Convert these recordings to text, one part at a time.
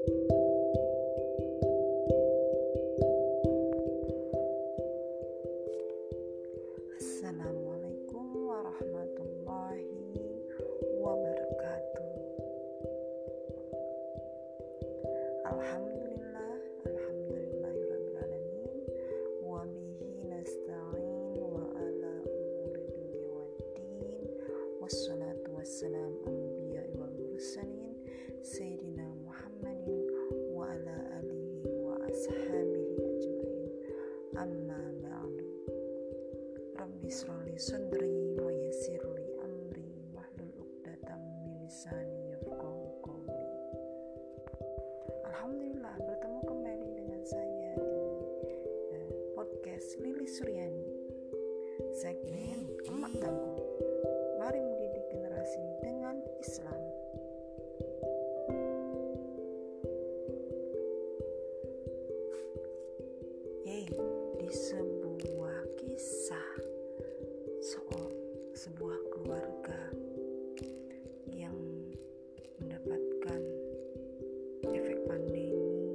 Assalamualaikum warahmatullahi wabarakatuh. Alhamdulillahirabbil alamin wa bihi nasta'in wa ala umuri dunya waddin wassalatu wassalamu anbiya'i wal mursalin sayyidina Muhammadin wa ala alihi wa ashabihi ajmain. Amma ba'du. Rabbi shrahli sadri wa yassirli amri wahlul 'uqdatam min lisani yafqahu qawli. Alhamdulillah, bertemu kembali dengan saya di podcast Lili Suryani, segmen Emak Tangguh. Mari mendidik generasi dengan Islam. Di sebuah kisah sebuah keluarga yang mendapatkan efek pandemi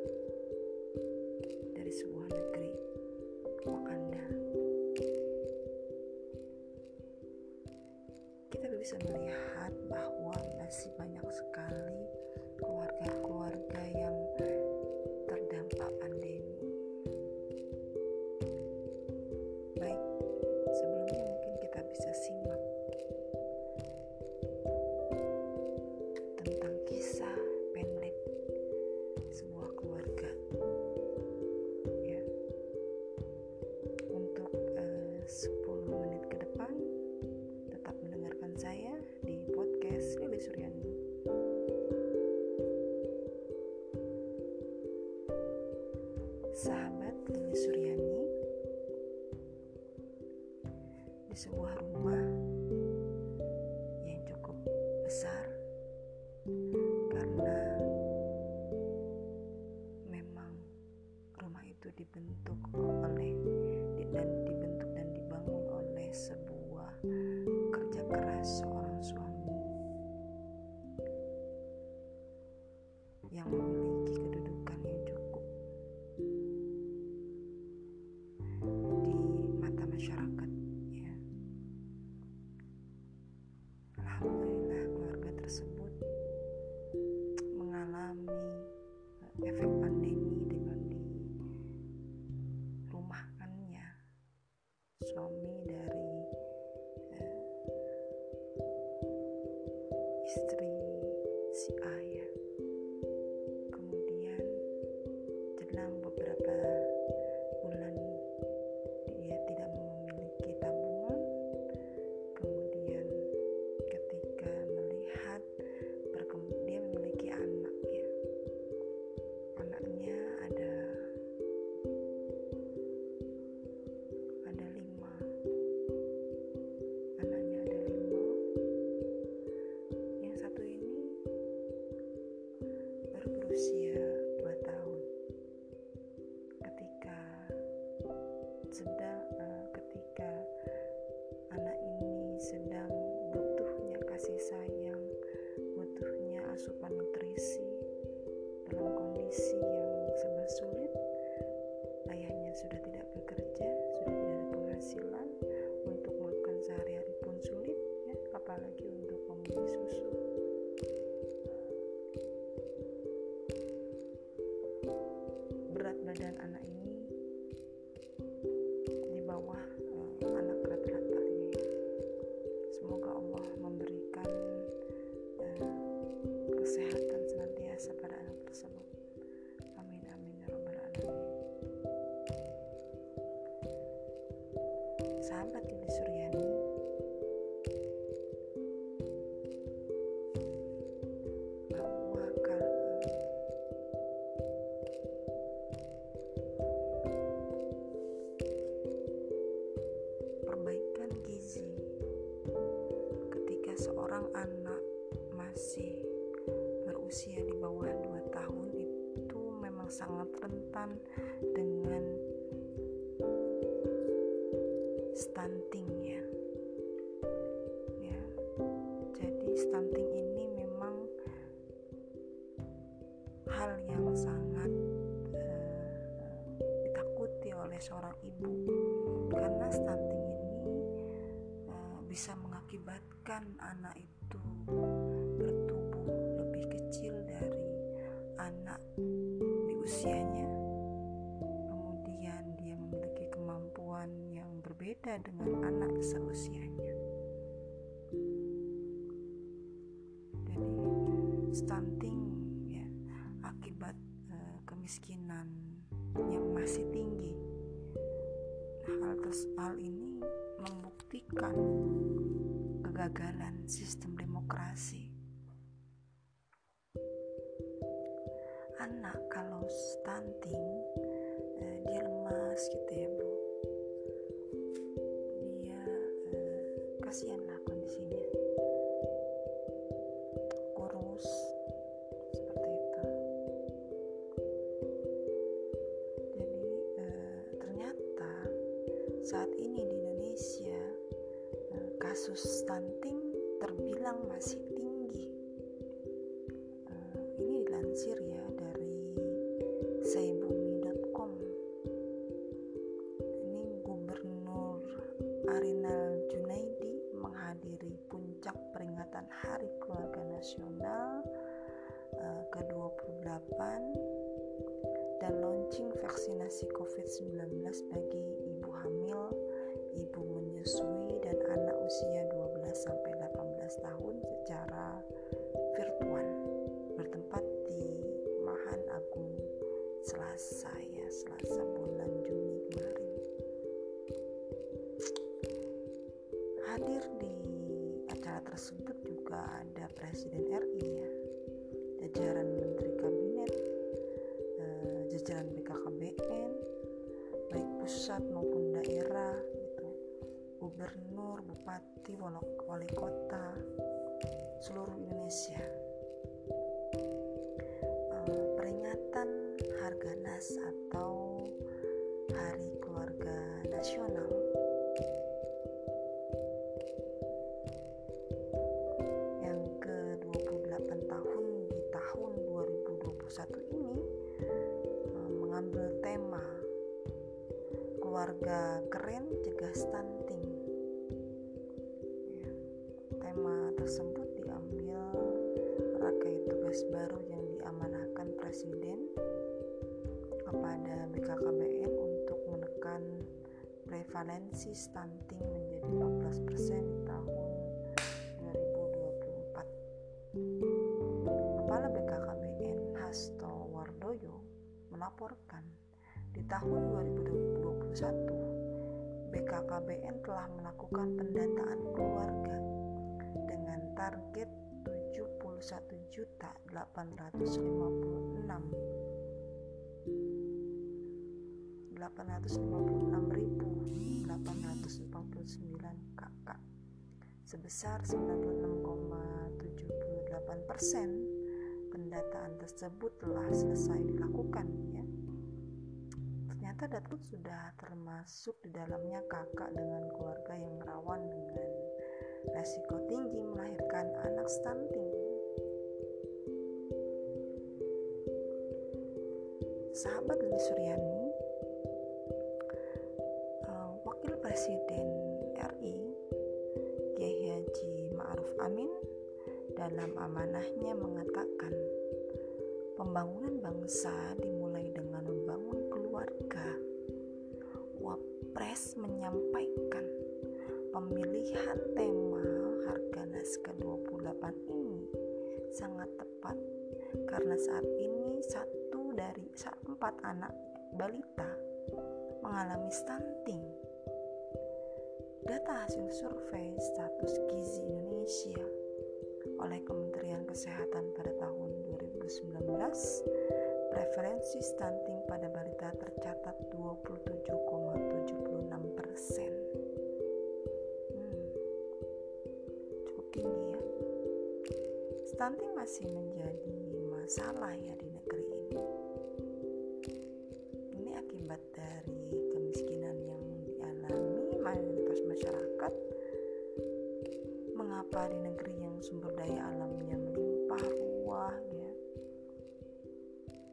dari sebuah negeri, Wakanda. Kita bisa melihat bahwa masih banyak sekali keluarga-keluarga yang terdampak pandemi. Baik, sebelumnya mungkin kita bisa simak tentang kisah pendek sebuah keluarga, ya. Untuk 10 menit ke depan tetap mendengarkan saya di podcast Lili Suryani. Sahabat Lili Suryani, di sebuah rumah yang cukup besar, karena memang rumah itu dibentuk dan dibangun oleh sebuah kerja keras seorang suami yang memiliki kedudukan yang cukup di mata masyarakat, ya. Alhamdulillah, keluarga tersebut mengalami efek pandemi dengan dirumahkannya suami dari istri si ayah. Kemudian dalam beberapa bulan dia tidak memiliki tabungan. Kemudian ketika melihat dia memiliki anak, ya. Anaknya ada 5. Anaknya ada 5. Yang satu ini baru berusia 2 tahun. Ketika anak ini sedang butuhnya kasih sayang, butuhnya asupan nutrisi dalam kondisi yang serba sulit, ayahnya sudah tidak bekerja, sudah tidak ada penghasilan, untuk makan sehari-hari pun sulit, ya, apalagi untuk membeli susu. Berat badan anak ini di bawah anak rata-ratanya. Semoga Allah memberikan kesehatan senantiasa pada anak tersebut. Amin amin ya rabbal alamin. Sahabat Lili Suryani, bahwa perbaikan gizi ketika seorang anak masih berusia di bawah 2 tahun itu memang sangat rentan dengan stunting, ya. Jadi stunting ini memang hal yang sangat ditakuti oleh seorang ibu, karena stunting ini bisa mengakibatkan anak itu bertubuh lebih kecil dari anak di usianya, kemudian dia memiliki kemampuan yang berbeda dengan anak seusianya. Jadi stunting ya akibat kemiskinan yang masih tinggi. Hal ini membuktikan kegagalan sistem demokrasi. Anak kalau stunting dia lemas gitu ya Bu, dia kasihan lah kondisinya, kurus seperti itu. Jadi ternyata saat ini di Indonesia kasus stunting terbilang masih tinggi. Ini dilansir ya dari seibumi.com. Ini Gubernur Arinal Junaidi menghadiri puncak peringatan Hari Keluarga Nasional ke-28 dan launching vaksinasi COVID-19 bagi ibu hamil, ibu menyusui, dan anak usia 12-18 tahun secara virtual bertempat di Mahan Agung Selasa bulan Juni kemarin. Hadir di acara tersebut juga ada Presiden RI ya, jajaran Menteri Kabinet, jajaran BKKBN baik pusat maupun daerah gitu, gubernur, bupati, wali kota seluruh Indonesia. Peringatan Harganas atau Hari Keluarga Nasional yang ke-28 tahun di tahun 2021 ini mengambil tema keluarga keren cegah stunting. Ya, tema tersebut diambil rangkaian tugas baru yang diamanahkan Presiden kepada BKKBN untuk menekan prevalensi stunting menjadi 14% di tahun 2024. Kepala BKKBN Hasto Wardoyo melaporkan di tahun 2021 BKKBN telah melakukan pendataan keluarga dengan target 71.856.849 kakak sebesar 96,78%. Pendataan tersebut telah selesai dilakukan ya. Ternyata data sudah termasuk di dalamnya kakak dengan keluarga yang rawan dengan resiko tinggi melahirkan anak stunting. Sahabat Lili Suryani, Wakil Presiden RI Kiai Haji Ma'ruf Amin dalam amanahnya mengatakan pembangunan bangsa dimulai dengan membangun keluarga. Wapres menyampaikan pemilihan tema Harganas ke-28 ini sangat tepat karena saat ini 1 dari 4 anak balita mengalami stunting. Data hasil survei status gizi Indonesia oleh Kementerian Kesehatan pada tahun 2019, prevalensi stunting pada balita tercatat 27,76%. Cukup tinggi ya. Stunting masih menjadi masalah ya di negeri ini. Ini akibat dari kemiskinan yang dialami mayoritas masyarakat. Mengapa di negeri yang sumber daya alamnya melimpah ruah ya,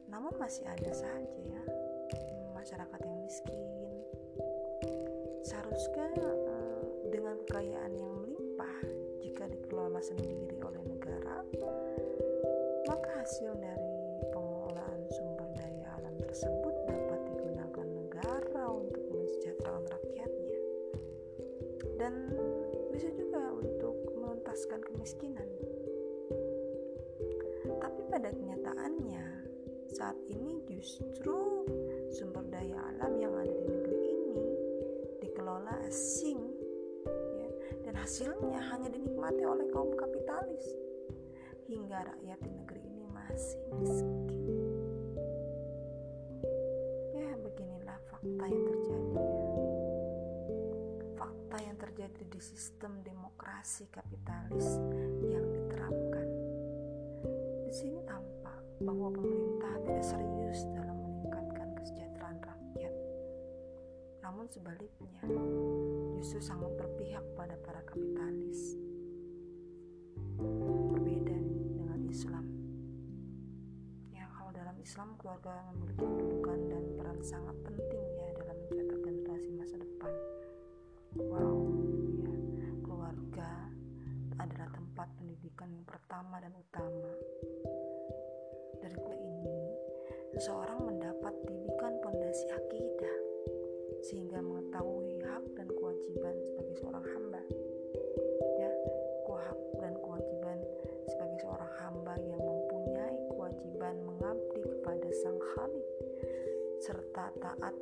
Namun masih ada saja ya masyarakat yang miskin. Seharusnya dengan kekayaan yang melimpah jika dikelola sendiri oleh negara, maka hasil dari pengelolaan sumber daya alam tersebut dapat digunakan negara untuk mensejahterakan rakyatnya dan bisa juga untuk menuntaskan kemiskinan. Tapi pada kenyataannya saat ini justru sumber daya alam yang ada di negeri ini dikelola asing ya, dan hasilnya hanya dinikmati oleh kaum kapitalis hingga rakyat di negeri ini masih miskin. Ya, beginilah fakta yang terjadi ya. Fakta yang terjadi di sistem demokrasi kapitalis yang diterapkan. Di sini tampak bahwa pemerintah tidak serius dalam meningkatkan kesejahteraan rakyat. Namun sebaliknya, justru sangat berpihak pada para kapitalis. Berbeda dengan Islam. Ya, kalau dalam Islam keluarga memiliki kedudukan dan peran sangat penting ya dalam mencetak generasi masa depan. Wow, ya, keluarga adalah tempat pendidikan yang pertama dan utama. Dari keluarga ini, seseorang mendapat didikan pondasi akidah sehingga mengetahui hak dan kewajiban sebagai seorang hamba. Ya, hak dan kewajiban sebagai seorang hamba yang mempunyai kewajiban mengabdi kepada Sang Khalik serta taat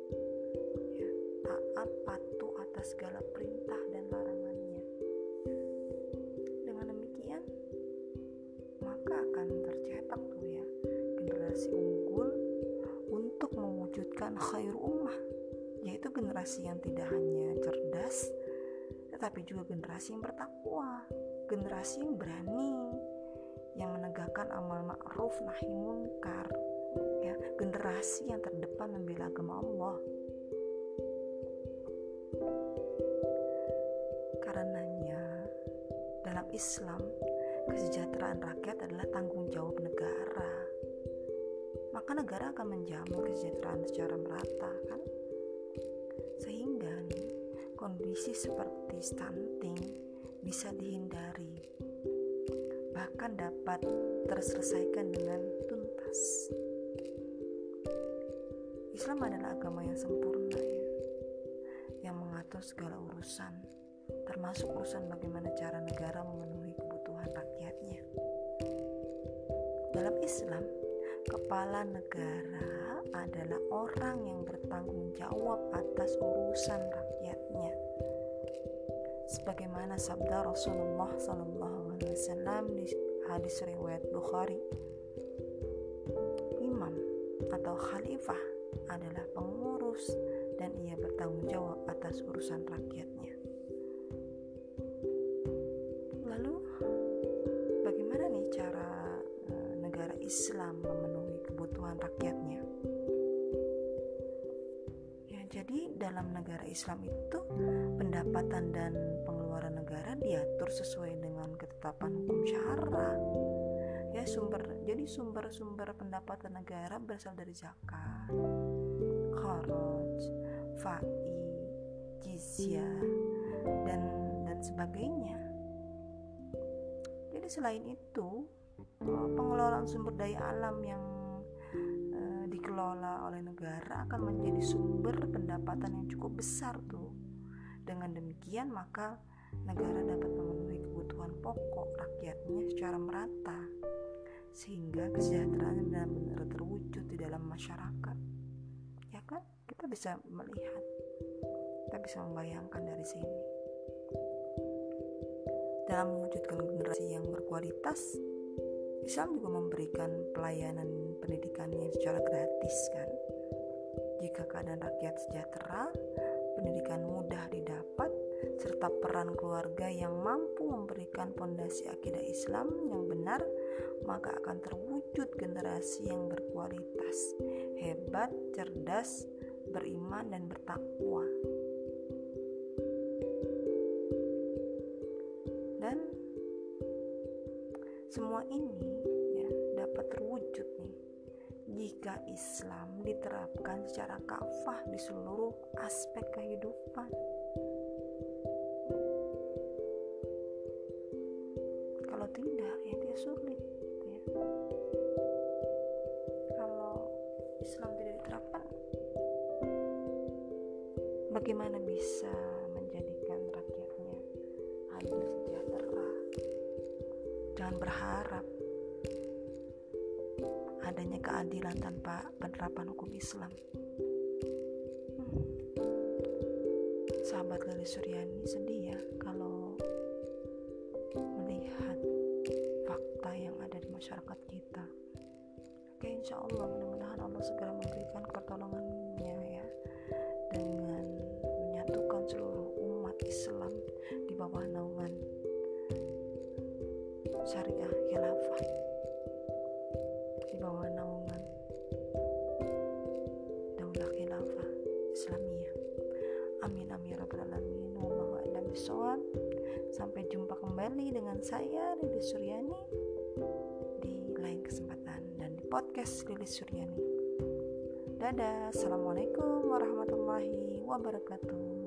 patuh atas segala perintah dan larangannya. Dengan demikian, maka akan tercetak tuh ya generasi unggul untuk mewujudkan khair ummah, yaitu generasi yang tidak hanya cerdas tetapi juga generasi yang bertakwa, generasi yang berani, yang menegakkan amal ma'ruf nahi munkar, ya, generasi yang terdepan membela agama Allah. Karenanya dalam Islam kesejahteraan rakyat adalah tanggung jawab negara. Maka negara akan menjamin kesejahteraan secara merata kan? Sehingga nih kondisi seperti stunting bisa dihindari, bahkan dapat terselesaikan dengan tuntas. Islam adalah agama yang sempurna ya, yang mengatur segala urusan, termasuk urusan bagaimana cara negara memenuhi kebutuhan rakyatnya. Dalam Islam, kepala negara adalah orang yang bertanggung jawab atas urusan rakyatnya. Sebagaimana sabda Rasulullah SAW di hadis riwayat Bukhari, imam atau khalifah adalah pengurus dan ia bertanggung jawab atas urusan rakyatnya. Lalu bagaimana nih cara negara Islam memenuhi kebutuhan rakyatnya? Ya, jadi dalam negara Islam itu pendapatan dan pengeluaran negara diatur sesuai dengan ketetapan hukum syara. Ya, sumber pendapatan negara berasal dari zakat, kharaj, fai, jizyah dan sebagainya. Jadi selain itu, pengelolaan sumber daya alam yang dikelola oleh negara akan menjadi sumber pendapatan yang cukup besar tuh. Dengan demikian maka negara dapat memenuhi kebutuhan pokok rakyatnya secara merata, sehingga kesejahteraan benar-benar terwujud di dalam masyarakat. Ya kan? Kita bisa melihat, kita bisa membayangkan dari sini. Dalam mewujudkan generasi yang berkualitas, Islam juga memberikan pelayanan pendidikannya secara gratis kan. Jika keadaan rakyat sejahtera, pendidikan mudah didapat, serta peran keluarga yang mampu memberikan pondasi akidah Islam yang benar, maka akan terwujud generasi yang berkualitas, hebat, cerdas, beriman, dan bertakwa. Dan semua ini ya dapat terwujud nih jika Islam diterapkan secara kafah di seluruh aspek kehidupan. Kalau tidak, ya dia sulit ya. Kalau Islam tidak diterapkan, bagaimana bisa menjadikan rakyatnya adil sejahtera? Jangan berharap adanya keadilan tanpa penerapan hukum Islam. Sahabat Lilis Suryani sedih ya kalau melihat fakta yang ada di masyarakat kita. Oke, insya Allah mudah-mudahan Allah segera memberikan pertolongannya ya, dengan menyatukan seluruh umat Islam di bawah naungan syariah khilafah, di bawah naungan daulah khilafah Islamiyah. Amin amin ya rabbal alamin. Wallahu a'lam bishawab. Sampai jumpa kembali dengan saya Lilis Suryani di lain kesempatan dan di podcast Lilis Suryani. Dadah, assalamualaikum warahmatullahi wabarakatuh.